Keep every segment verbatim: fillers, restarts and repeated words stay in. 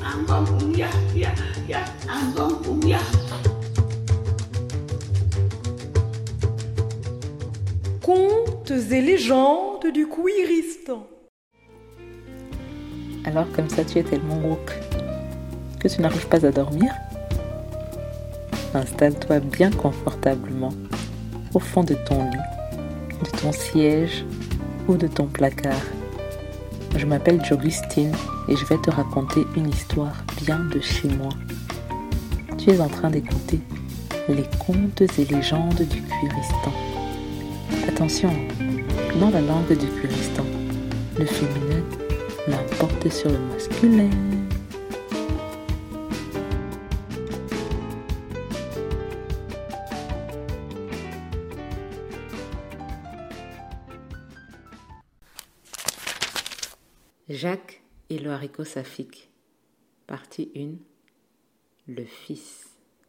Ambambuya, ya, ya, ambambuya. Contes et légendes du Kouiristan. Alors comme ça tu es tellement woke que tu n'arrives pas à dormir? Installe-toi bien confortablement au fond de ton lit, de ton siège ou de ton placard. Je m'appelle Jogustine et je vais te raconter une histoire bien de chez moi. Tu es en train d'écouter les contes et légendes du Kouiristan. Attention, dans la langue du Kouiristan, le féminin l'emporte sur le masculin. Jacques et le haricot saphique. Partie un. Le fils.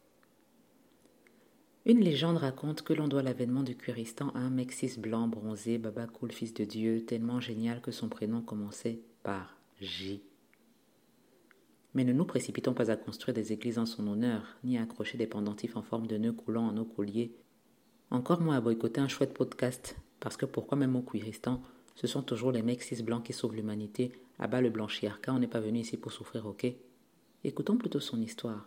Une légende raconte que l'on doit l'avènement du Kouiristan à un mec cis blanc bronzé, baba cool fils de Dieu, tellement génial que son prénom commençait par J. Mais ne nous précipitons pas à construire des églises en son honneur, ni à accrocher des pendentifs en forme de nœuds coulant en nos colliers. Encore moins à boycotter un chouette podcast, parce que pourquoi même au Kouiristan, ce sont toujours les mecs cis blancs qui sauvent l'humanité. À bas le blanchiarca, on n'est pas venu ici pour souffrir, ok? Écoutons plutôt son histoire.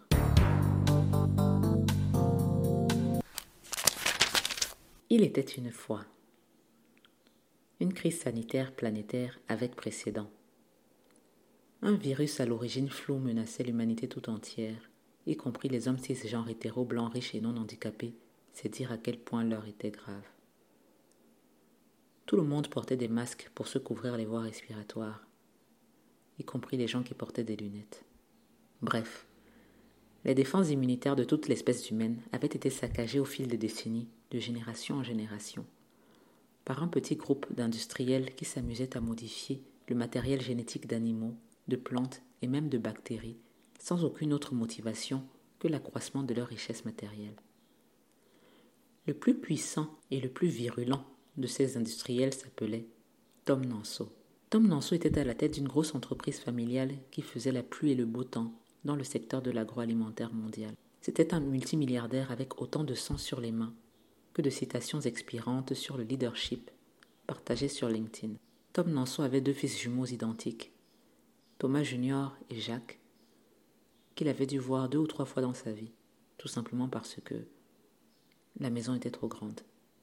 Il était une fois une crise sanitaire planétaire avec précédent. Un virus à l'origine floue menaçait l'humanité tout entière, y compris les hommes cisgenres hétéros blancs riches et non handicapés. C'est dire à quel point l'heure était grave. Tout le monde portait des masques pour se couvrir les voies respiratoires, y compris les gens qui portaient des lunettes. Bref, les défenses immunitaires de toute l'espèce humaine avaient été saccagées au fil des décennies, de génération en génération, par un petit groupe d'industriels qui s'amusaient à modifier le matériel génétique d'animaux, de plantes et même de bactéries, sans aucune autre motivation que l'accroissement de leur richesse matérielle. Le plus puissant et le plus virulent de ces industriels s'appelait Tom Nanso. Tom Nanso était à la tête d'une grosse entreprise familiale qui faisait la pluie et le beau temps dans le secteur de l'agroalimentaire mondial. C'était un multimilliardaire avec autant de sang sur les mains que de citations expirantes sur le leadership partagées sur LinkedIn. Tom Nanso avait deux fils jumeaux identiques, Thomas Junior et Jacques, qu'il avait dû voir deux ou trois fois dans sa vie, tout simplement parce que la maison était trop grande.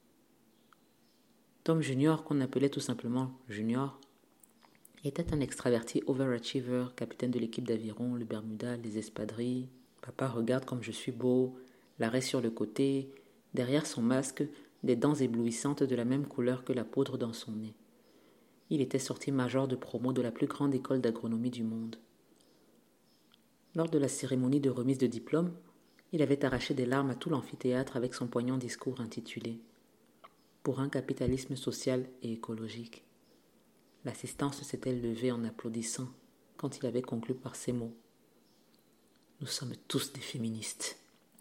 Tom Junior, qu'on appelait tout simplement Junior, était un extraverti overachiever, capitaine de l'équipe d'aviron, le Bermuda, les espadrilles. Papa, regarde comme je suis beau, l'arrêt sur le côté, derrière son masque, des dents éblouissantes de la même couleur que la poudre dans son nez. Il était sorti major de promo de la plus grande école d'agronomie du monde. Lors de la cérémonie de remise de diplôme, il avait arraché des larmes à tout l'amphithéâtre avec son poignant discours intitulé « Pour un capitalisme social et écologique ». L'assistance s'était levée en applaudissant quand il avait conclu par ces mots. « Nous sommes tous des féministes ».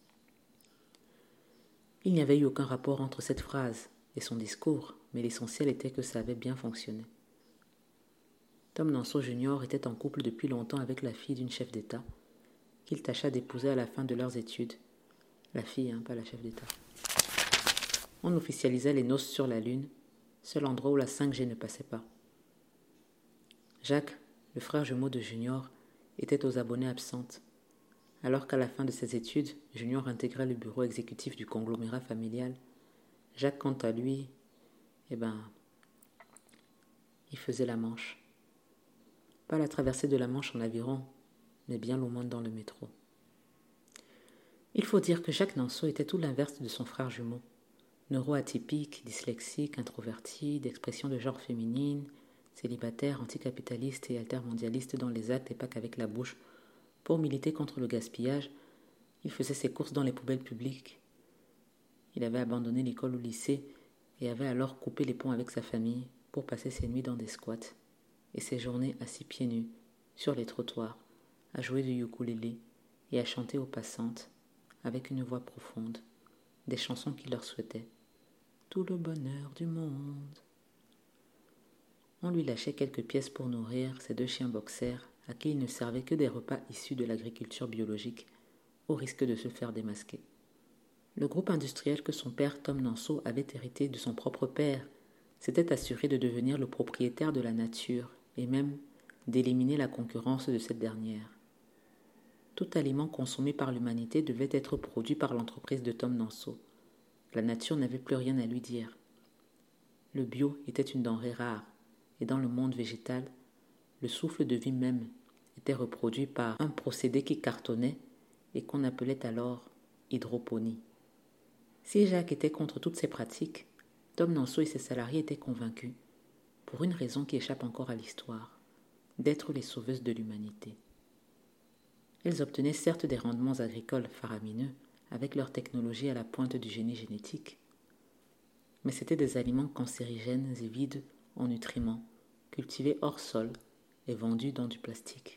Il n'y avait eu aucun rapport entre cette phrase et son discours, mais l'essentiel était que ça avait bien fonctionné. Tom Nanso Junior était en couple depuis longtemps avec la fille d'une chef d'État, qu'il tâcha d'épouser à la fin de leurs études. La fille, hein, pas la chef d'État. On officialisait les noces sur la Lune, seul endroit où la cinq G ne passait pas. Jacques, le frère jumeau de Junior, était aux abonnés absentes, alors qu'à la fin de ses études, Junior intégrait le bureau exécutif du conglomérat familial. Jacques, quant à lui, eh ben, il faisait la Manche. Pas la traversée de la Manche en aviron, mais bien loin dans le métro. Il faut dire que Jacques Nanso était tout l'inverse de son frère jumeau. Neuroatypique, dyslexique, introverti, d'expression de genre féminine, célibataire, anticapitaliste et altermondialiste dans les actes et pas qu'avec la bouche. Pour militer contre le gaspillage, il faisait ses courses dans les poubelles publiques. Il avait abandonné l'école au lycée et avait alors coupé les ponts avec sa famille pour passer ses nuits dans des squats et ses journées assis pieds nus sur les trottoirs, à jouer du ukulélé et à chanter aux passantes, avec une voix profonde, des chansons qu'il leur souhaitait. Tout le bonheur du monde. On lui lâchait quelques pièces pour nourrir ses deux chiens boxers à qui il ne servait que des repas issus de l'agriculture biologique, au risque de se faire démasquer. Le groupe industriel que son père, Tom Nanso, avait hérité de son propre père s'était assuré de devenir le propriétaire de la nature et même d'éliminer la concurrence de cette dernière. Tout aliment consommé par l'humanité devait être produit par l'entreprise de Tom Nanso. La nature n'avait plus rien à lui dire. Le bio était une denrée rare, et dans le monde végétal, le souffle de vie même était reproduit par un procédé qui cartonnait et qu'on appelait alors hydroponie. Si Jacques était contre toutes ces pratiques, Tom Nanso et ses salariés étaient convaincus, pour une raison qui échappe encore à l'histoire, d'être les sauveuses de l'humanité. Elles obtenaient certes des rendements agricoles faramineux avec leur technologie à la pointe du génie génétique, mais c'étaient des aliments cancérigènes et vides en nutriments, cultivés hors sol et vendus dans du plastique.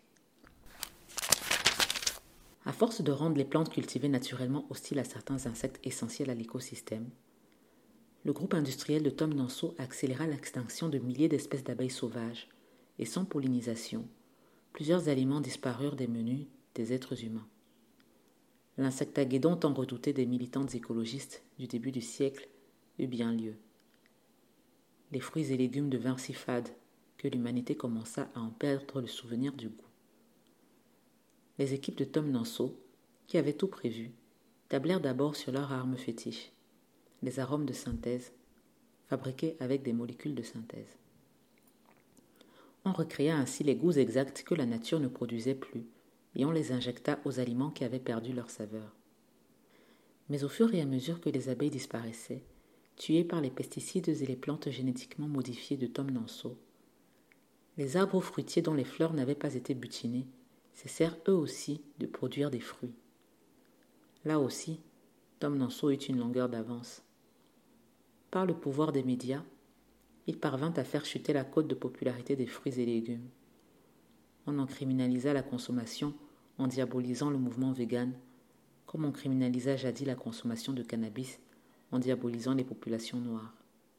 À force de rendre les plantes cultivées naturellement hostiles à certains insectes essentiels à l'écosystème, le groupe industriel de Tom Nanso accéléra l'extinction de milliers d'espèces d'abeilles sauvages, et sans pollinisation, plusieurs aliments disparurent des menus des êtres humains. L'insectaguédon tant redouté des militantes écologistes du début du siècle eut bien lieu. Les fruits et légumes devinrent si fades que l'humanité commença à en perdre le souvenir du goût. Les équipes de Tom Nanso, qui avaient tout prévu, tablèrent d'abord sur leur arme fétiche, les arômes de synthèse, fabriqués avec des molécules de synthèse. On recréa ainsi les goûts exacts que la nature ne produisait plus, et on les injecta aux aliments qui avaient perdu leur saveur. Mais au fur et à mesure que les abeilles disparaissaient, tuées par les pesticides et les plantes génétiquement modifiées de Tom Nanso, les arbres fruitiers dont les fleurs n'avaient pas été butinées cessèrent eux aussi de produire des fruits. Là aussi, Tom Nanso eut une longueur d'avance. Par le pouvoir des médias, il parvint à faire chuter la cote de popularité des fruits et légumes. On en criminalisa la consommation en diabolisant le mouvement vegan, comme on criminalisa jadis la consommation de cannabis en diabolisant les populations noires.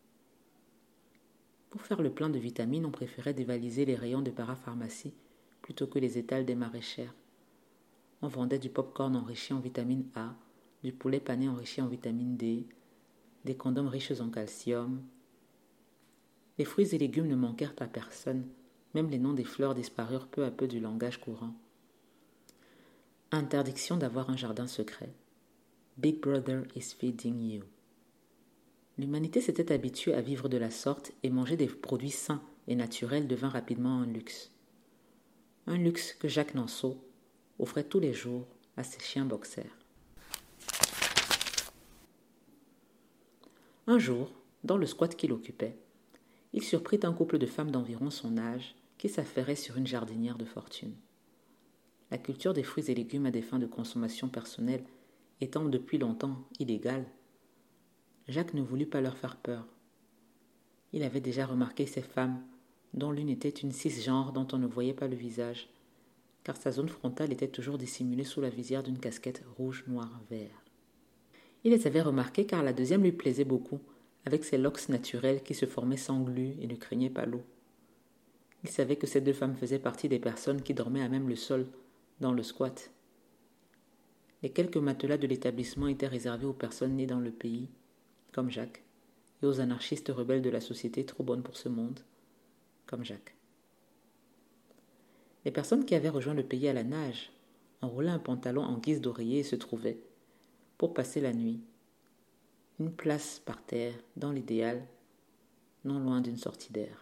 Pour faire le plein de vitamines, on préférait dévaliser les rayons de parapharmacie plutôt que les étals des maraîchères. On vendait du pop-corn enrichi en vitamine A, du poulet pané enrichi en vitamine D, des condoms riches en calcium. Les fruits et légumes ne manquèrent à personne, même les noms des fleurs disparurent peu à peu du langage courant. Interdiction d'avoir un jardin secret. Big Brother is feeding you. L'humanité s'était habituée à vivre de la sorte et manger des produits sains et naturels devint rapidement un luxe. Un luxe que Jacques Nanso offrait tous les jours à ses chiens boxers. Un jour, dans le squat qu'il occupait, il surprit un couple de femmes d'environ son âge qui s'affairait sur une jardinière de fortune. La culture des fruits et légumes à des fins de consommation personnelle étant depuis longtemps illégale, Jacques ne voulut pas leur faire peur. Il avait déjà remarqué ces femmes, dont l'une était une cisgenre dont on ne voyait pas le visage, car sa zone frontale était toujours dissimulée sous la visière d'une casquette rouge, noir, vert. Il les avait remarquées car la deuxième lui plaisait beaucoup, avec ses locks naturels qui se formaient sans glu et ne craignaient pas l'eau. Il savait que ces deux femmes faisaient partie des personnes qui dormaient à même le sol, dans le squat. Les quelques matelas de l'établissement étaient réservés aux personnes nées dans le pays, comme Jacques, et aux anarchistes rebelles de la société trop bonne pour ce monde, comme Jacques. Les personnes qui avaient rejoint le pays à la nage enroulaient un pantalon en guise d'oreiller et se trouvaient, pour passer la nuit, une place par terre, dans l'idéal, non loin d'une sortie d'air.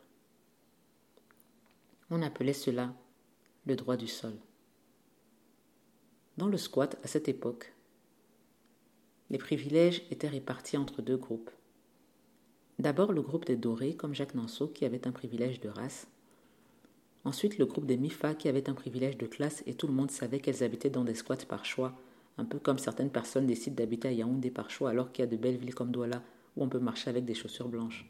On appelait cela le droit du sol. Dans le squat, à cette époque, les privilèges étaient répartis entre deux groupes. D'abord le groupe des dorés, comme Jacques Nanso, qui avait un privilège de race. Ensuite le groupe des Mifa, qui avait un privilège de classe, et tout le monde savait qu'elles habitaient dans des squats par choix, un peu comme certaines personnes décident d'habiter à Yaoundé par choix alors qu'il y a de belles villes comme Douala où on peut marcher avec des chaussures blanches.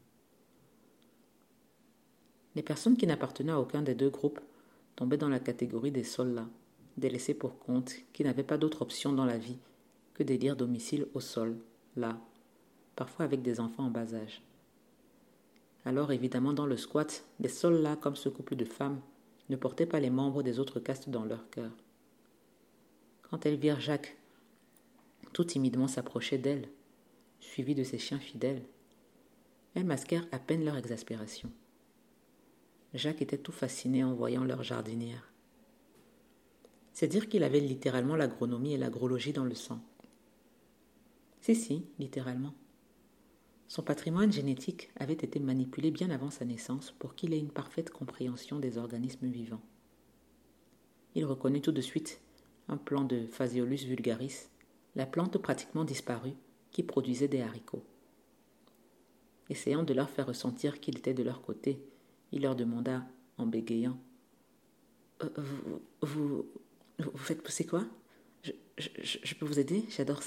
Les personnes qui n'appartenaient à aucun des deux groupes tombaient dans la catégorie des sols-là, des laissés pour compte qui n'avaient pas d'autre option dans la vie que d'élire domicile au sol, là, parfois avec des enfants en bas âge. Alors évidemment dans le squat, les sols-là, comme ce couple de femmes, ne portaient pas les membres des autres castes dans leur cœur. Quand elles virent Jacques tout timidement s'approcher d'elles, suivi de ses chiens fidèles, elles masquèrent à peine leur exaspération. Jacques était tout fasciné en voyant leur jardinière. C'est dire qu'il avait littéralement l'agronomie et l'agrologie dans le sang. Si, si, littéralement. Son patrimoine génétique avait été manipulé bien avant sa naissance pour qu'il ait une parfaite compréhension des organismes vivants. Il reconnut tout de suite un plant de Phaseolus vulgaris, la plante pratiquement disparue qui produisait des haricots. Essayant de leur faire ressentir qu'il était de leur côté, il leur demanda, en bégayant, euh, vous, vous, vous faites pousser quoi ? je, je, je peux vous aider ? J'adore ça. »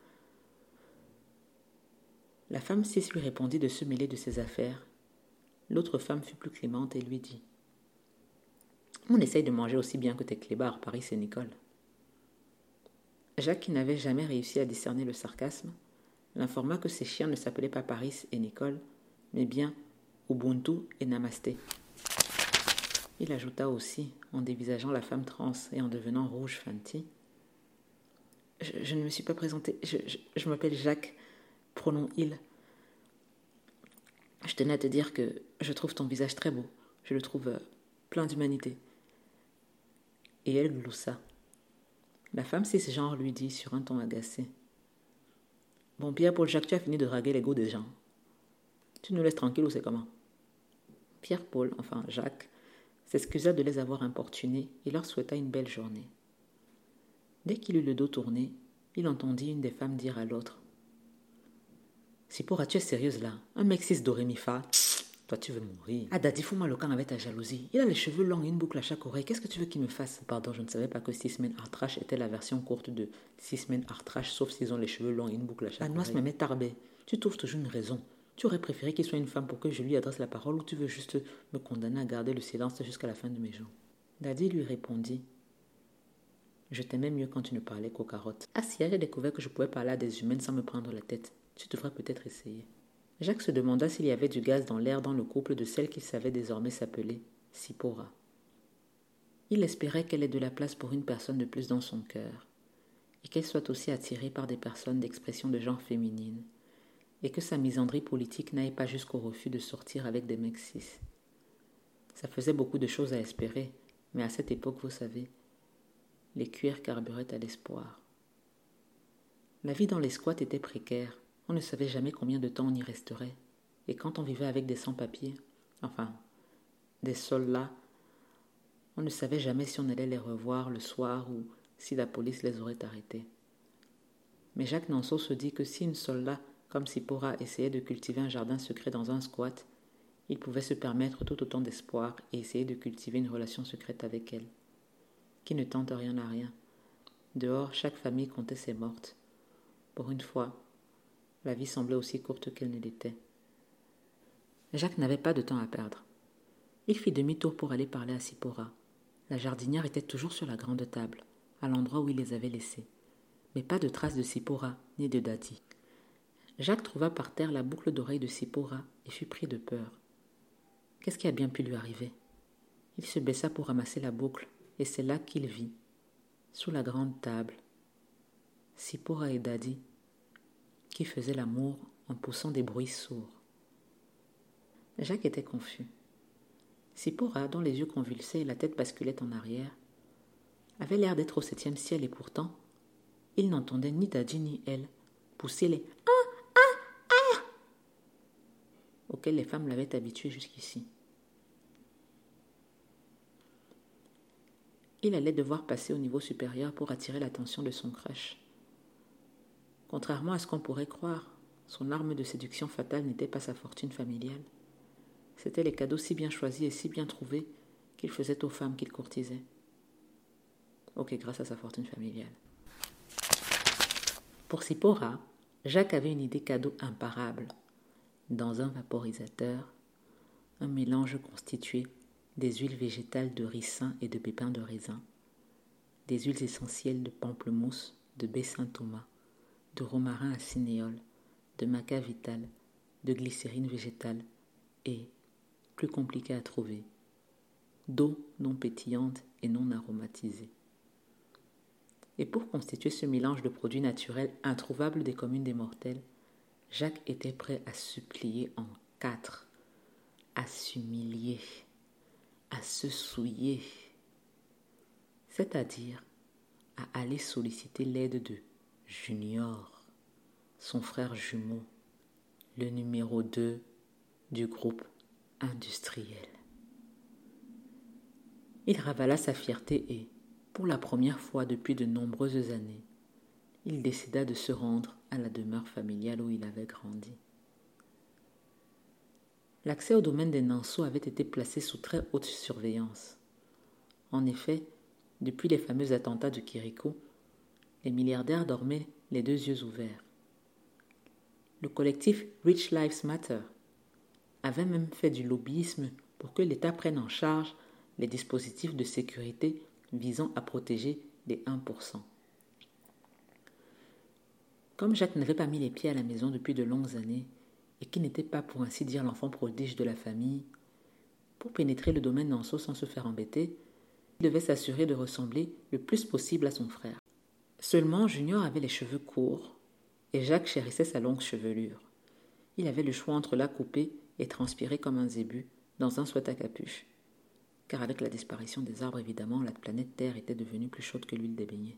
La femme cis lui répondit de se mêler de ses affaires. L'autre femme fut plus clémente et lui dit, « On essaye de manger aussi bien que tes clébards, Paris et Nicole. » Jacques, qui n'avait jamais réussi à discerner le sarcasme, l'informa que ses chiens ne s'appelaient pas Paris et Nicole, mais bien Ubuntu et Namasté. Il ajouta aussi, en dévisageant la femme trans et en devenant rouge Fanti, je, je ne me suis pas présenté, je, je, je m'appelle Jacques, pronom il. Je tenais à te dire que je trouve ton visage très beau, je le trouve euh, plein d'humanité. » Et elle gloussa. La femme cisgenre lui dit sur un ton agacé, « Bon, Pierre-Paul Jacques, tu as fini de draguer l'ego des gens. Tu nous laisses tranquilles ou c'est comment ?» Pierre-Paul, enfin Jacques, s'excusa de les avoir importunés et leur souhaita une belle journée. Dès qu'il eut le dos tourné, il entendit une des femmes dire à l'autre, « Sipora, tu es sérieuse là? Un mec cis doré mi fa? Toi, tu veux mourir. Ah, Daddy, fous-moi le camp avec ta jalousie. Il a les cheveux longs et une boucle à chaque oreille. Qu'est-ce que tu veux qu'il me fasse? » Pardon, je ne savais pas que Six Men Artrash était la version courte de Six Men Artrash, sauf s'ils ont les cheveux longs et une boucle à chaque oreille. Ah, Noise, me met tarbé. Tu trouves toujours une raison. Tu aurais préféré qu'il soit une femme pour que je lui adresse la parole ou tu veux juste me condamner à garder le silence jusqu'à la fin de mes jours? Daddy lui répondit, « Je t'aimais mieux quand tu ne parlais qu'aux carottes. Ah si, j'ai découvert que je pouvais parler à des humaines sans me prendre la tête. Tu devrais peut-être essayer. » Jacques se demanda s'il y avait du gaz dans l'air dans le couple de celle qu'il savait désormais s'appeler Sipora. Il espérait qu'elle ait de la place pour une personne de plus dans son cœur, et qu'elle soit aussi attirée par des personnes d'expression de genre féminine, et que sa misandrie politique n'aille pas jusqu'au refus de sortir avec des mecs cis. Ça faisait beaucoup de choses à espérer, mais à cette époque, vous savez, les cuirs carburaient à l'espoir. La vie dans les squats était précaire. On ne savait jamais combien de temps on y resterait. Et quand on vivait avec des sans-papiers, enfin, des soldats, on ne savait jamais si on allait les revoir le soir ou si la police les aurait arrêtés. Mais Jacques Nanceau se dit que si une soldat comme Sipora essayait de cultiver un jardin secret dans un squat, il pouvait se permettre tout autant d'espoir et essayer de cultiver une relation secrète avec elle. Qui ne tente rien à rien. Dehors, chaque famille comptait ses mortes. Pour une fois, la vie semblait aussi courte qu'elle ne l'était. Jacques n'avait pas de temps à perdre. Il fit demi-tour pour aller parler à Sipora. La jardinière était toujours sur la grande table, à l'endroit où il les avait laissés. Mais pas de traces de Sipora, ni de Daddy. Jacques trouva par terre la boucle d'oreille de Sipora et fut pris de peur. Qu'est-ce qui a bien pu lui arriver? Il se baissa pour ramasser la boucle, et c'est là qu'il vit, sous la grande table, Sipora et Daddy, qui faisaient l'amour en poussant des bruits sourds. Jacques était confus. Sipora, dont les yeux convulsaient et la tête basculait en arrière, avait l'air d'être au septième ciel et pourtant, il n'entendait ni Daddy ni elle pousser les « ah, ah, ah » auxquels les femmes l'avaient habitué jusqu'ici. Il allait devoir passer au niveau supérieur pour attirer l'attention de son crush. Contrairement à ce qu'on pourrait croire, son arme de séduction fatale n'était pas sa fortune familiale. C'étaient les cadeaux si bien choisis et si bien trouvés qu'il faisait aux femmes qu'il courtisait. Ok, grâce à sa fortune familiale. Pour Sipora, Jacques avait une idée cadeau imparable. Dans un vaporisateur, un mélange constitué des huiles végétales de ricin et de pépins de raisin, des huiles essentielles de pamplemousse, de baie Saint-Thomas, de romarin à cinéole, de maca vital, de glycérine végétale et, plus compliqué à trouver, d'eau non pétillante et non aromatisée. Et pour constituer ce mélange de produits naturels introuvables des communes des mortels, Jacques était prêt à supplier en quatre, à s'humilier, à se souiller, c'est-à-dire à aller solliciter l'aide de Junior, son frère jumeau, le numéro deux du groupe industriel. Il ravala sa fierté et, pour la première fois depuis de nombreuses années, il décida de se rendre à la demeure familiale où il avait grandi. L'accès au domaine des Nanceaux avait été placé sous très haute surveillance. En effet, depuis les fameux attentats de Quirico, les milliardaires dormaient les deux yeux ouverts. Le collectif Rich Lives Matter avait même fait du lobbyisme pour que l'État prenne en charge les dispositifs de sécurité visant à protéger les un pour cent. Comme Jacques n'avait pas mis les pieds à la maison depuis de longues années et qui n'était pas pour ainsi dire l'enfant prodige de la famille, pour pénétrer le domaine Nanceau sans se faire embêter, il devait s'assurer de ressembler le plus possible à son frère. Seulement, Junior avait les cheveux courts et Jacques chérissait sa longue chevelure. Il avait le choix entre la couper et transpirer comme un zébu dans un sweat à capuche. Car avec la disparition des arbres, évidemment, la planète Terre était devenue plus chaude que l'huile des beignets.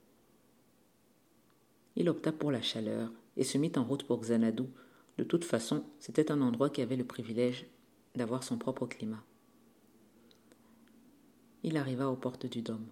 Il opta pour la chaleur et se mit en route pour Xanadu. De toute façon, c'était un endroit qui avait le privilège d'avoir son propre climat. Il arriva aux portes du dôme.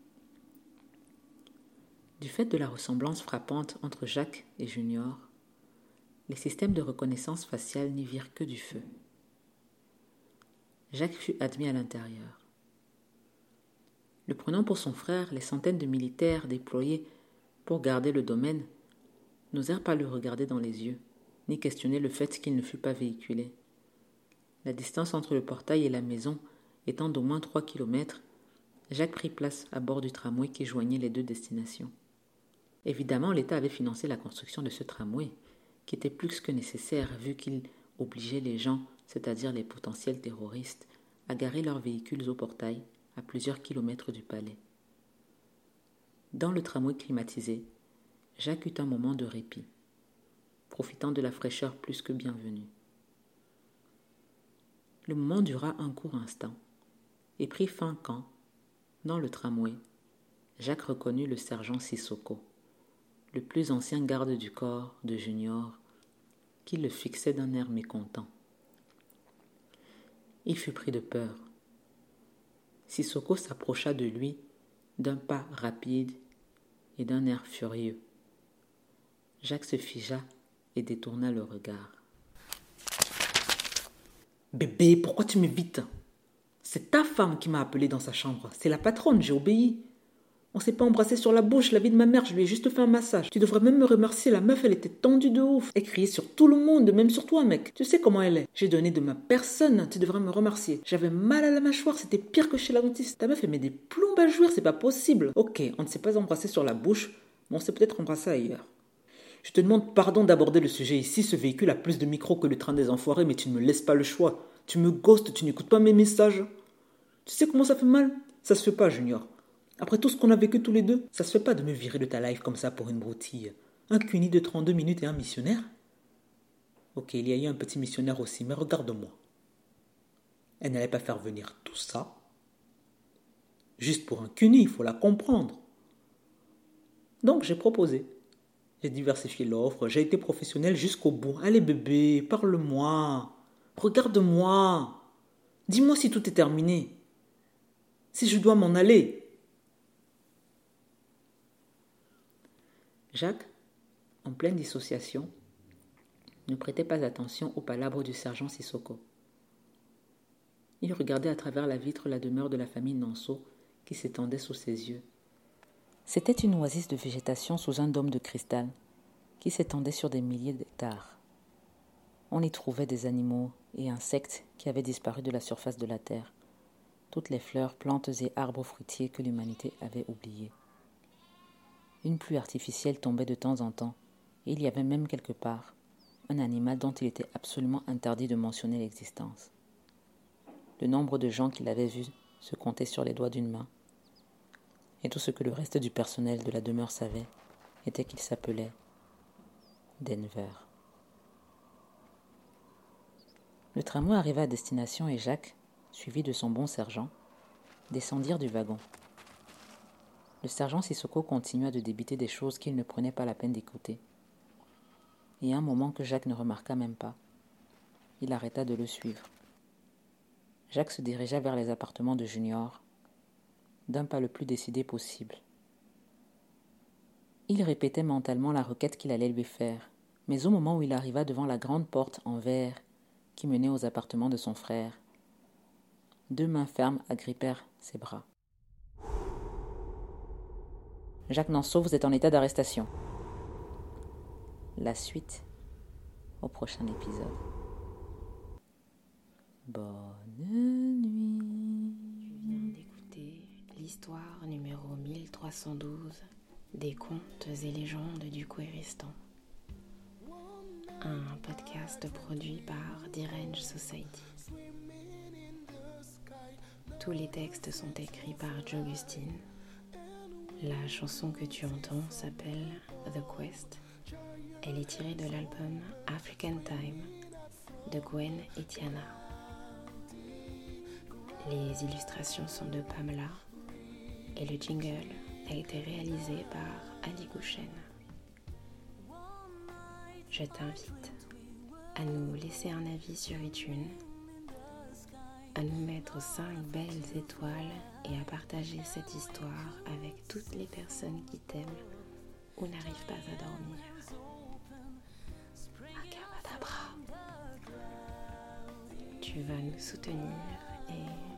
Du fait de la ressemblance frappante entre Jacques et Junior, les systèmes de reconnaissance faciale n'y virent que du feu. Jacques fut admis à l'intérieur. Le prenant pour son frère, les centaines de militaires déployés pour garder le domaine n'osèrent pas le regarder dans les yeux, ni questionner le fait qu'il ne fût pas véhiculé. La distance entre le portail et la maison étant d'au moins trois kilomètres, Jacques prit place à bord du tramway qui joignait les deux destinations. Évidemment, l'État avait financé la construction de ce tramway, qui était plus que nécessaire vu qu'il obligeait les gens, c'est-à-dire les potentiels terroristes, à garer leurs véhicules au portail, à plusieurs kilomètres du palais. Dans le tramway climatisé, Jacques eut un moment de répit, profitant de la fraîcheur plus que bienvenue. Le moment dura un court instant et prit fin quand, dans le tramway, Jacques reconnut le sergent Sissoko, le plus ancien garde du corps de Junior, qui le fixait d'un air mécontent. Il fut pris de peur. Sissoko s'approcha de lui d'un pas rapide et d'un air furieux. Jacques se figea et détourna le regard. « Bébé, pourquoi tu m'évites ? C'est ta femme qui m'a appelé dans sa chambre. C'est la patronne, j'ai obéi. On s'est pas embrassé sur la bouche, la vie de ma mère, je lui ai juste fait un massage. Tu devrais même me remercier, la meuf, elle était tendue de ouf. Elle criait sur tout le monde, même sur toi, mec. Tu sais comment elle est. J'ai donné de ma personne, tu devrais me remercier. J'avais mal à la mâchoire, c'était pire que chez la dentiste. Ta meuf, elle met des plombs à jouir, c'est pas possible. Ok, on ne s'est pas embrassé sur la bouche, mais on s'est peut-être embrassé ailleurs. Je te demande pardon d'aborder le sujet ici, ce véhicule a plus de micros que le train des enfoirés, mais tu ne me laisses pas le choix. Tu me ghostes, tu n'écoutes pas mes messages. Tu sais comment ça fait mal ? Ça se fait pas, Junior. Après tout ce qu'on a vécu tous les deux, ça se fait pas de me virer de ta life comme ça pour une broutille. Un cuni de trente-deux minutes et un missionnaire ? Ok, il y a eu un petit missionnaire aussi, mais regarde-moi. Elle n'allait pas faire venir tout ça. Juste pour un cuni, il faut la comprendre. Donc j'ai proposé. J'ai diversifié l'offre, j'ai été professionnel jusqu'au bout. Allez bébé, parle-moi. Regarde-moi. Dis-moi si tout est terminé. Si je dois m'en aller. Jacques, en pleine dissociation, ne prêtait pas attention aux palabres du sergent Sissoko. Il regardait à travers la vitre la demeure de la famille Nanceau qui s'étendait sous ses yeux. C'était une oasis de végétation sous un dôme de cristal qui s'étendait sur des milliers d'hectares. On y trouvait des animaux et insectes qui avaient disparu de la surface de la terre, toutes les fleurs, plantes et arbres fruitiers que l'humanité avait oubliés. Une pluie artificielle tombait de temps en temps, et il y avait même quelque part un animal dont il était absolument interdit de mentionner l'existence. Le nombre de gens qui l'avaient vu se comptait sur les doigts d'une main. Et tout ce que le reste du personnel de la demeure savait était qu'il s'appelait Denver. Le tramway arriva à destination et Jacques, suivi de son bon sergent, descendirent du wagon. Le sergent Sissoko continua de débiter des choses qu'il ne prenait pas la peine d'écouter. Et à un moment que Jacques ne remarqua même pas, il arrêta de le suivre. Jacques se dirigea vers les appartements de Junior, d'un pas le plus décidé possible. Il répétait mentalement la requête qu'il allait lui faire, mais au moment où il arriva devant la grande porte en verre qui menait aux appartements de son frère, deux mains fermes agrippèrent ses bras. « Jacques Nanceau, vous êtes en état d'arrestation. » La suite au prochain épisode. Bonne nuit. Tu viens d'écouter l'histoire numéro mille trois cent douze des contes et légendes du Kouéristan. Un podcast produit par Dirange Society. Tous les textes sont écrits par Jogustine. La chanson que tu entends s'appelle The Quest. Elle est tirée de l'album African Time de Gwen et Tiana. Les illustrations sont de Pamela et le jingle a été réalisé par Ali Gouchen. Je t'invite à nous laisser un avis sur iTunes, à nous mettre cinq belles étoiles et à partager cette histoire avec toutes les personnes qui t'aiment ou n'arrivent pas à dormir. Akabadabra. Tu vas nous soutenir et